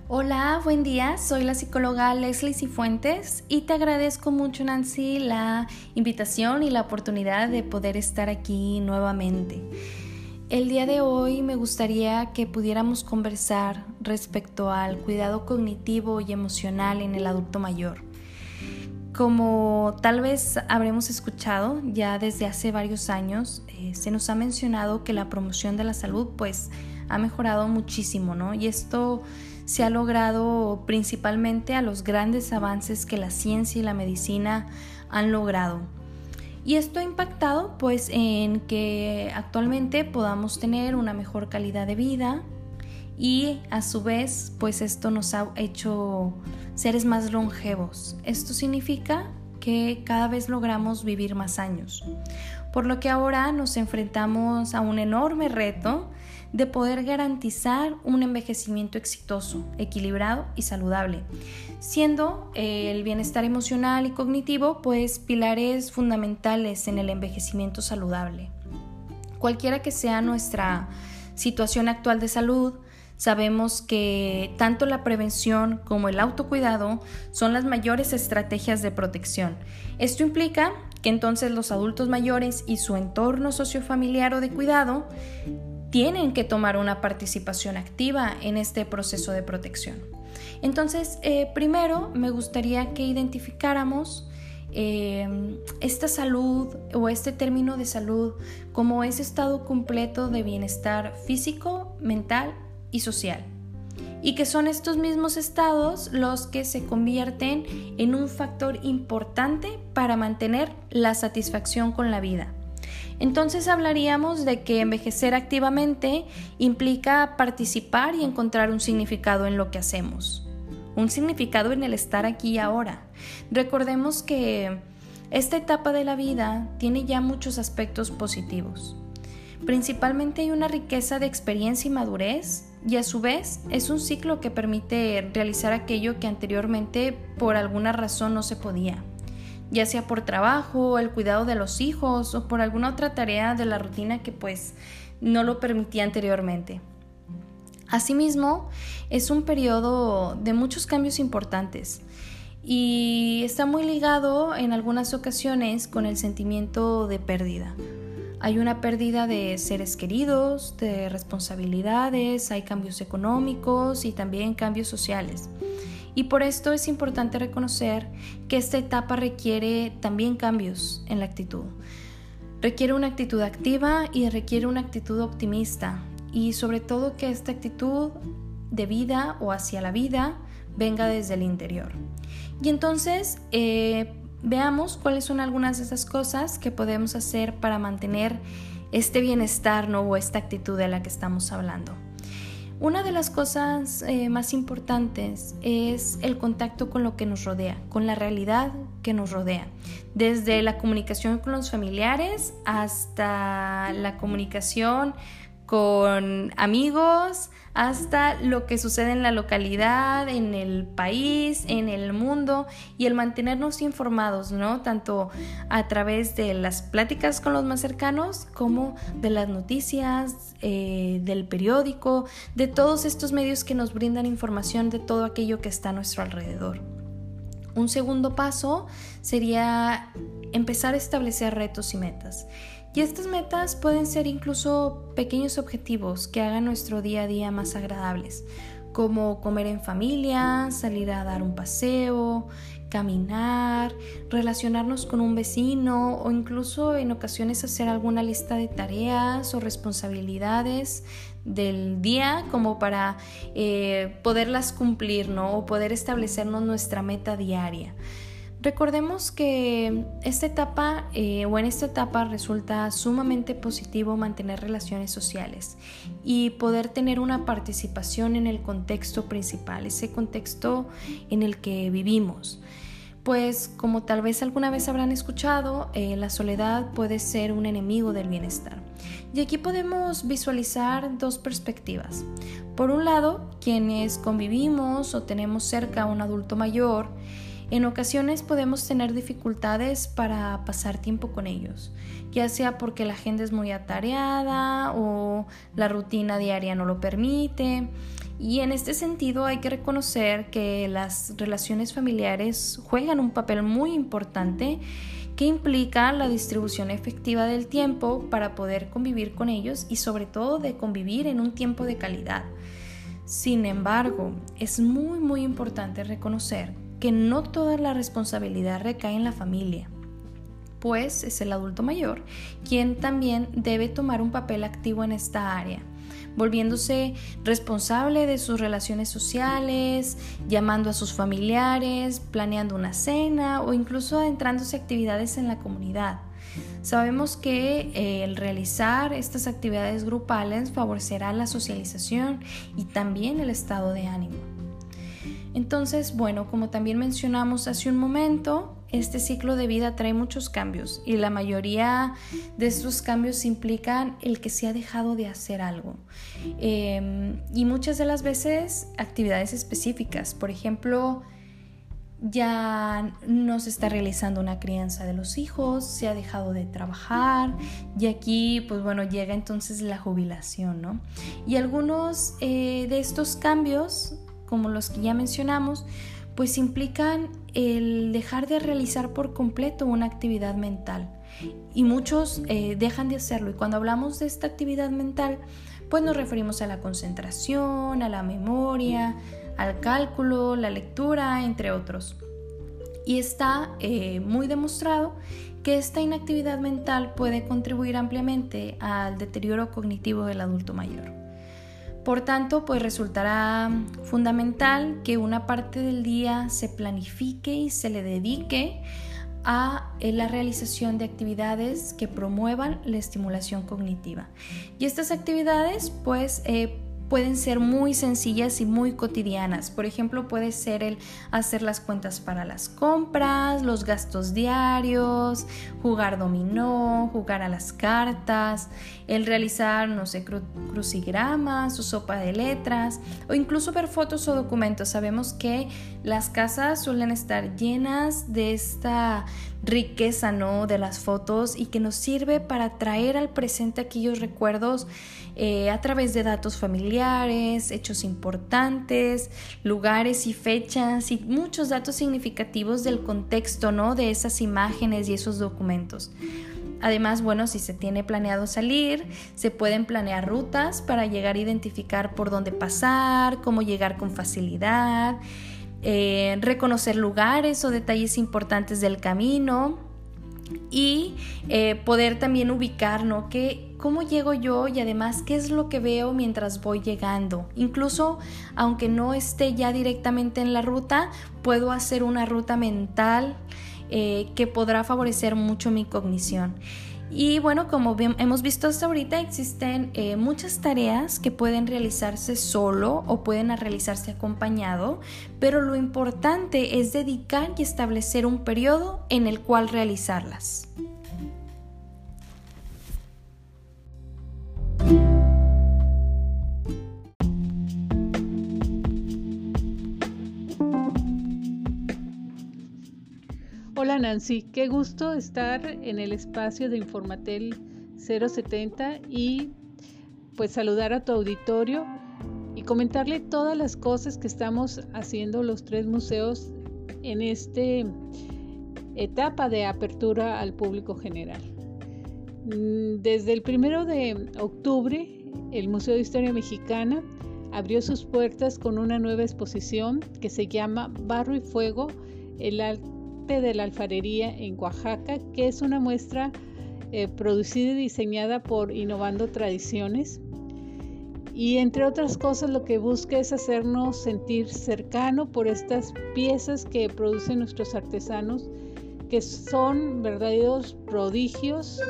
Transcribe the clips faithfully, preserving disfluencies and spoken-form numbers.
Hola, buen día. Soy la psicóloga Leslie Cifuentes y te agradezco mucho, Nancy, la invitación y la oportunidad de poder estar aquí nuevamente. El día de hoy me gustaría que pudiéramos conversar respecto al cuidado cognitivo y emocional en el adulto mayor. Como tal vez habremos escuchado ya desde hace varios años, eh, se nos ha mencionado que la promoción de la salud pues ha mejorado muchísimo, ¿no? Y esto se ha logrado principalmente a los grandes avances que la ciencia y la medicina han logrado. Y esto ha impactado pues en que actualmente podamos tener una mejor calidad de vida y a su vez pues esto nos ha hecho seres más longevos. Esto significa que cada vez logramos vivir más años, por lo que ahora nos enfrentamos a un enorme reto de poder garantizar un envejecimiento exitoso, equilibrado y saludable, siendo el bienestar emocional y cognitivo pues pilares fundamentales en el envejecimiento saludable. Cualquiera que sea nuestra situación actual de salud, sabemos que tanto la prevención como el autocuidado son las mayores estrategias de protección. Esto implica que entonces los adultos mayores y su entorno sociofamiliar o de cuidado tienen que tomar una participación activa en este proceso de protección. Entonces, eh, primero me gustaría que identificáramos eh, esta salud o este término de salud como ese estado completo de bienestar físico, mental y social, y que son estos mismos estados los que se convierten en un factor importante para mantener la satisfacción con la vida. Entonces hablaríamos de que envejecer activamente implica participar y encontrar un significado en lo que hacemos, un significado en el estar aquí y ahora. Recordemos que esta etapa de la vida tiene ya muchos aspectos positivos. Principalmente hay una riqueza de experiencia y madurez, y a su vez es un ciclo que permite realizar aquello que anteriormente por alguna razón no se podía, ya sea por trabajo, el cuidado de los hijos o por alguna otra tarea de la rutina que pues no lo permitía anteriormente. Asimismo, es un periodo de muchos cambios importantes y está muy ligado en algunas ocasiones con el sentimiento de pérdida. Hay una pérdida de seres queridos, de responsabilidades, hay cambios económicos y también cambios sociales. Y por esto es importante reconocer que esta etapa requiere también cambios en la actitud. Requiere una actitud activa y requiere una actitud optimista, y sobre todo que esta actitud de vida o hacia la vida venga desde el interior. Y entonces eh, veamos cuáles son algunas de esas cosas que podemos hacer para mantener este bienestar, ¿no? O esta actitud de la que estamos hablando. Una de las cosas eh, más importantes es el contacto con lo que nos rodea, con la realidad que nos rodea, desde la comunicación con los familiares hasta la comunicación con amigos, hasta lo que sucede en la localidad, en el país, en el mundo, y el mantenernos informados, ¿no? Tanto a través de las pláticas con los más cercanos como de las noticias, eh, del periódico, de todos estos medios que nos brindan información de todo aquello que está a nuestro alrededor. Un segundo paso sería empezar a establecer retos y metas. Y estas metas pueden ser incluso pequeños objetivos que hagan nuestro día a día más agradables, como comer en familia, salir a dar un paseo, caminar, relacionarnos con un vecino o incluso en ocasiones hacer alguna lista de tareas o responsabilidades del día como para eh, poderlas cumplir, ¿no? O poder establecernos nuestra meta diaria. Recordemos que esta etapa eh, o en esta etapa resulta sumamente positivo mantener relaciones sociales y poder tener una participación en el contexto principal, ese contexto en el que vivimos. Pues como tal vez alguna vez habrán escuchado, eh, la soledad puede ser un enemigo del bienestar. Y aquí podemos visualizar dos perspectivas. Por un lado, quienes convivimos o tenemos cerca a un adulto mayor, en ocasiones podemos tener dificultades para pasar tiempo con ellos, ya sea porque la agenda es muy atareada o la rutina diaria no lo permite. Y en este sentido hay que reconocer que las relaciones familiares juegan un papel muy importante que implica la distribución efectiva del tiempo para poder convivir con ellos y sobre todo de convivir en un tiempo de calidad. Sin embargo, es muy muy importante reconocer que no toda la responsabilidad recae en la familia, pues es el adulto mayor quien también debe tomar un papel activo en esta área, volviéndose responsable de sus relaciones sociales, llamando a sus familiares, planeando una cena o incluso adentrándose a actividades en la comunidad. Sabemos que eh, el realizar estas actividades grupales favorecerá la socialización y también el estado de ánimo. Entonces, bueno, como también mencionamos hace un momento, este ciclo de vida trae muchos cambios y la mayoría de estos cambios implican el que se ha dejado de hacer algo eh, y muchas de las veces actividades específicas. Por ejemplo, ya no se está realizando una crianza de los hijos, se ha dejado de trabajar y aquí pues bueno llega entonces la jubilación, ¿no? Y algunos eh, de estos cambios, como los que ya mencionamos, pues implican el dejar de realizar por completo una actividad mental y muchos eh, dejan de hacerlo. Y cuando hablamos de esta actividad mental, pues nos referimos a la concentración, a la memoria, al cálculo, la lectura, entre otros. Y está eh, muy demostrado que esta inactividad mental puede contribuir ampliamente al deterioro cognitivo del adulto mayor. Por tanto, pues resultará fundamental que una parte del día se planifique y se le dedique a la realización de actividades que promuevan la estimulación cognitiva. Y estas actividades, pues, eh, pueden ser muy sencillas y muy cotidianas. Por ejemplo, puede ser el hacer las cuentas para las compras, los gastos diarios, jugar dominó, jugar a las cartas, el realizar, no sé, cru- crucigramas o sopa de letras o incluso ver fotos o documentos. Sabemos que las casas suelen estar llenas de esta riqueza, ¿no?, de las fotos y que nos sirve para traer al presente aquellos recuerdos eh, a través de datos familiares, hechos importantes, lugares y fechas y muchos datos significativos del contexto, ¿no?, de esas imágenes y esos documentos. Además, bueno, si se tiene planeado salir, se pueden planear rutas para llegar a identificar por dónde pasar, cómo llegar con facilidad, eh, reconocer lugares o detalles importantes del camino y eh, poder también ubicar, ¿no?, que cómo llego yo y además qué es lo que veo mientras voy llegando. Incluso aunque no esté ya directamente en la ruta, puedo hacer una ruta mental eh, que podrá favorecer mucho mi cognición. Y bueno, como bien hemos visto hasta ahorita, existen eh, muchas tareas que pueden realizarse solo o pueden realizarse acompañado, pero lo importante es dedicar y establecer un periodo en el cual realizarlas. Hola Nancy, qué gusto estar en el espacio de Informatel cero setenta y pues saludar a tu auditorio y comentarle todas las cosas que estamos haciendo los tres museos en esta etapa de apertura al público general. Desde el primero de octubre, el Museo de Historia Mexicana abrió sus puertas con una nueva exposición que se llama Barro y Fuego, el arte de la alfarería en Oaxaca, que es una muestra eh, producida y diseñada por Innovando Tradiciones, y entre otras cosas lo que busca es hacernos sentir cercano por estas piezas que producen nuestros artesanos, que son verdaderos prodigios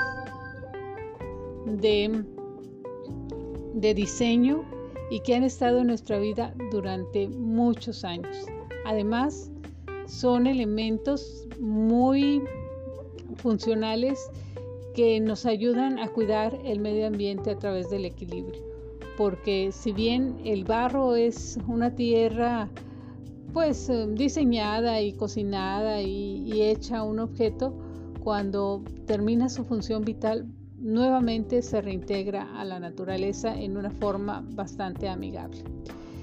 de, de diseño y que han estado en nuestra vida durante muchos años. Además, son elementos muy funcionales que nos ayudan a cuidar el medio ambiente a través del equilibrio, porque si bien el barro es una tierra pues diseñada y cocinada y, y hecha un objeto, cuando termina su función vital nuevamente se reintegra a la naturaleza en una forma bastante amigable.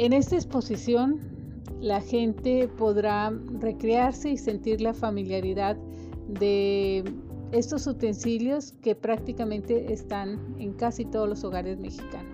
En esta exposición, la gente podrá recrearse y sentir la familiaridad de estos utensilios que prácticamente están en casi todos los hogares mexicanos.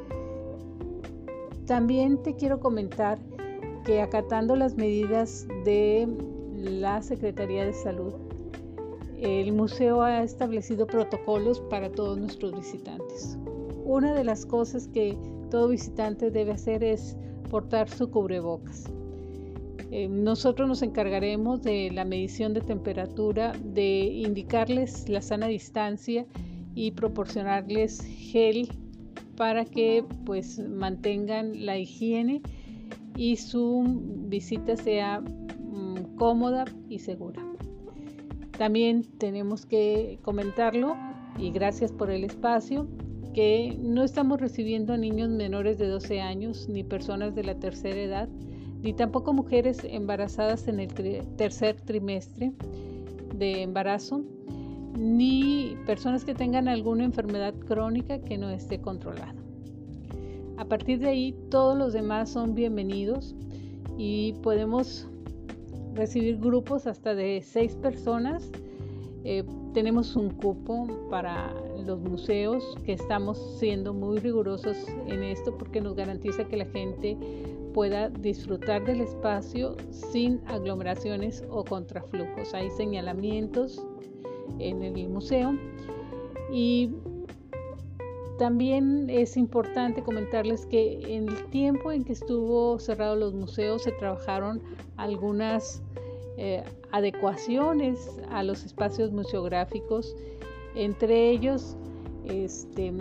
También te quiero comentar que, acatando las medidas de la Secretaría de Salud, el museo ha establecido protocolos para todos nuestros visitantes. Una de las cosas que todo visitante debe hacer es portar su cubrebocas. Eh, nosotros nos encargaremos de la medición de temperatura, de indicarles la sana distancia y proporcionarles gel para que pues mantengan la higiene y su visita sea mm, cómoda y segura. También tenemos que comentarlo, y gracias por el espacio, que no estamos recibiendo a niños menores de doce años, ni personas de la tercera edad, ni tampoco mujeres embarazadas en el tri- tercer trimestre de embarazo, ni personas que tengan alguna enfermedad crónica que no esté controlada. A partir de ahí, todos los demás son bienvenidos y podemos recibir grupos hasta de seis personas. Eh, tenemos un cupo para los museos, que estamos siendo muy rigurosos en esto porque nos garantiza que la gente pueda disfrutar del espacio sin aglomeraciones o contraflujos. Hay señalamientos en el museo, y también es importante comentarles que en el tiempo en que estuvo cerrado los museos se trabajaron algunas eh, adecuaciones a los espacios museográficos. Entre ellos, este,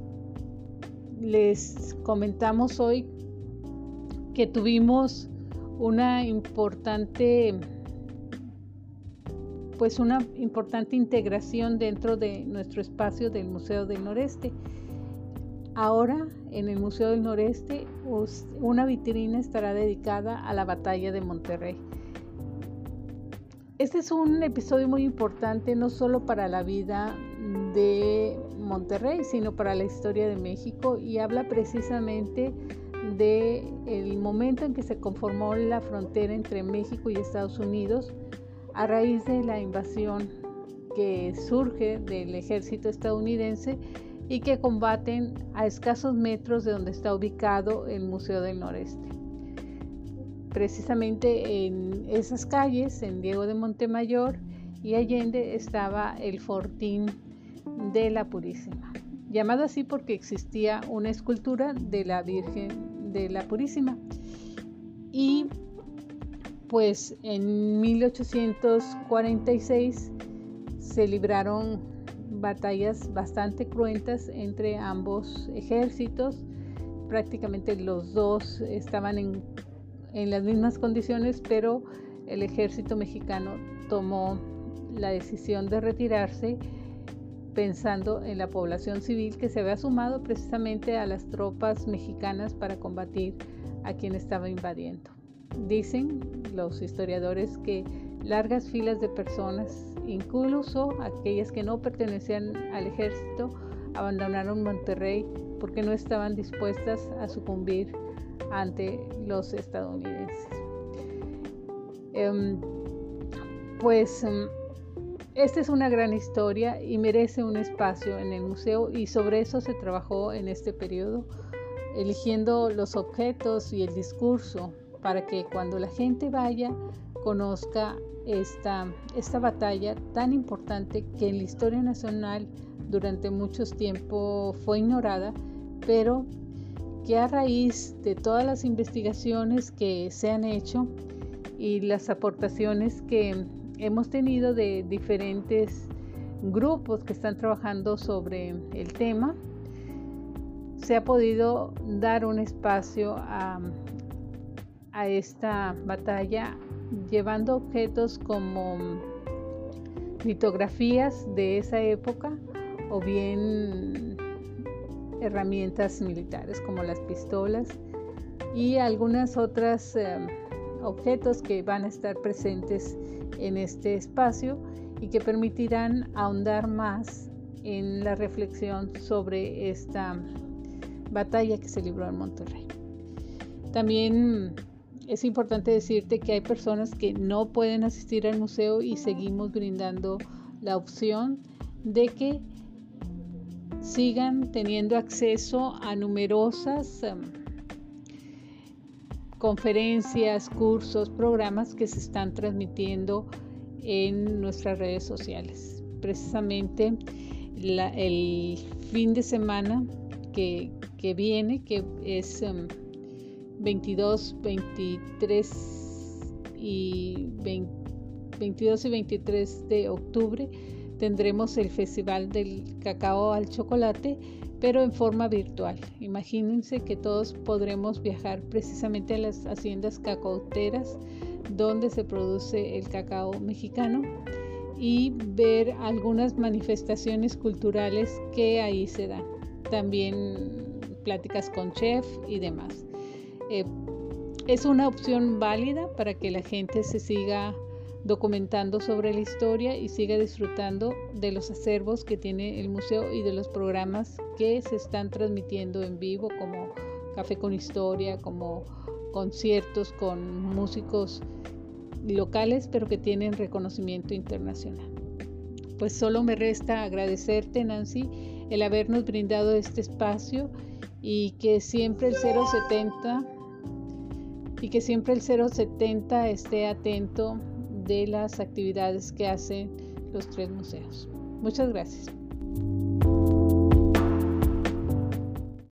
les comentamos hoy que tuvimos una importante pues una importante integración dentro de nuestro espacio del Museo del Noreste. Ahora, en el Museo del Noreste, una vitrina estará dedicada a la Batalla de Monterrey. Este es un episodio muy importante, no solo para la vida de Monterrey, sino para la historia de México, y habla precisamente del momento en que se conformó la frontera entre México y Estados Unidos a raíz de la invasión que surge del ejército estadounidense y que combaten a escasos metros de donde está ubicado el Museo del Noreste. Precisamente en esas calles, en Diego de Montemayor y Allende, estaba el Fortín de la Purísima, llamado así porque existía una escultura de la Virgen de la Purísima. Y pues en mil ochocientos cuarenta y seis se libraron batallas bastante cruentas entre ambos ejércitos. Prácticamente los dos estaban en, en las mismas condiciones, pero el ejército mexicano tomó la decisión de retirarse pensando en la población civil que se había sumado precisamente a las tropas mexicanas para combatir a quien estaba invadiendo. Dicen los historiadores que largas filas de personas, incluso aquellas que no pertenecían al ejército, abandonaron Monterrey porque no estaban dispuestas a sucumbir ante los estadounidenses. Eh, pues eh, esta es una gran historia y merece un espacio en el museo, y sobre eso se trabajó en este periodo, eligiendo los objetos y el discurso para que cuando la gente vaya conozca esta, esta batalla tan importante que en la historia nacional durante mucho tiempo fue ignorada, pero que a raíz de todas las investigaciones que se han hecho y las aportaciones que hemos tenido de diferentes grupos que están trabajando sobre el tema, se ha podido dar un espacio a, a esta batalla, llevando objetos como litografías de esa época o bien herramientas militares como las pistolas y algunas otras eh, objetos que van a estar presentes en este espacio y que permitirán ahondar más en la reflexión sobre esta batalla que se libró en Monterrey. También es importante decirte que hay personas que no pueden asistir al museo y seguimos brindando la opción de que sigan teniendo acceso a numerosas um, conferencias, cursos, programas que se están transmitiendo en nuestras redes sociales. Precisamente la, el fin de semana que, que viene, que es um, veintidós, veintitrés y veinte, veintidós y veintitrés de octubre, tendremos el Festival del Cacao al Chocolate, pero en forma virtual. Imagínense que todos podremos viajar precisamente a las haciendas cacauteras donde se produce el cacao mexicano y ver algunas manifestaciones culturales que ahí se dan. También pláticas con chef y demás. Eh, es una opción válida para que la gente se siga documentando sobre la historia y siga disfrutando de los acervos que tiene el museo y de los programas que se están transmitiendo en vivo, como Café con Historia, como conciertos con músicos locales, pero que tienen reconocimiento internacional. Pues solo me resta agradecerte, Nancy, el habernos brindado este espacio y que siempre el cero setenta y que siempre el cero setenta esté atento de las actividades que hacen los tres museos. Muchas gracias.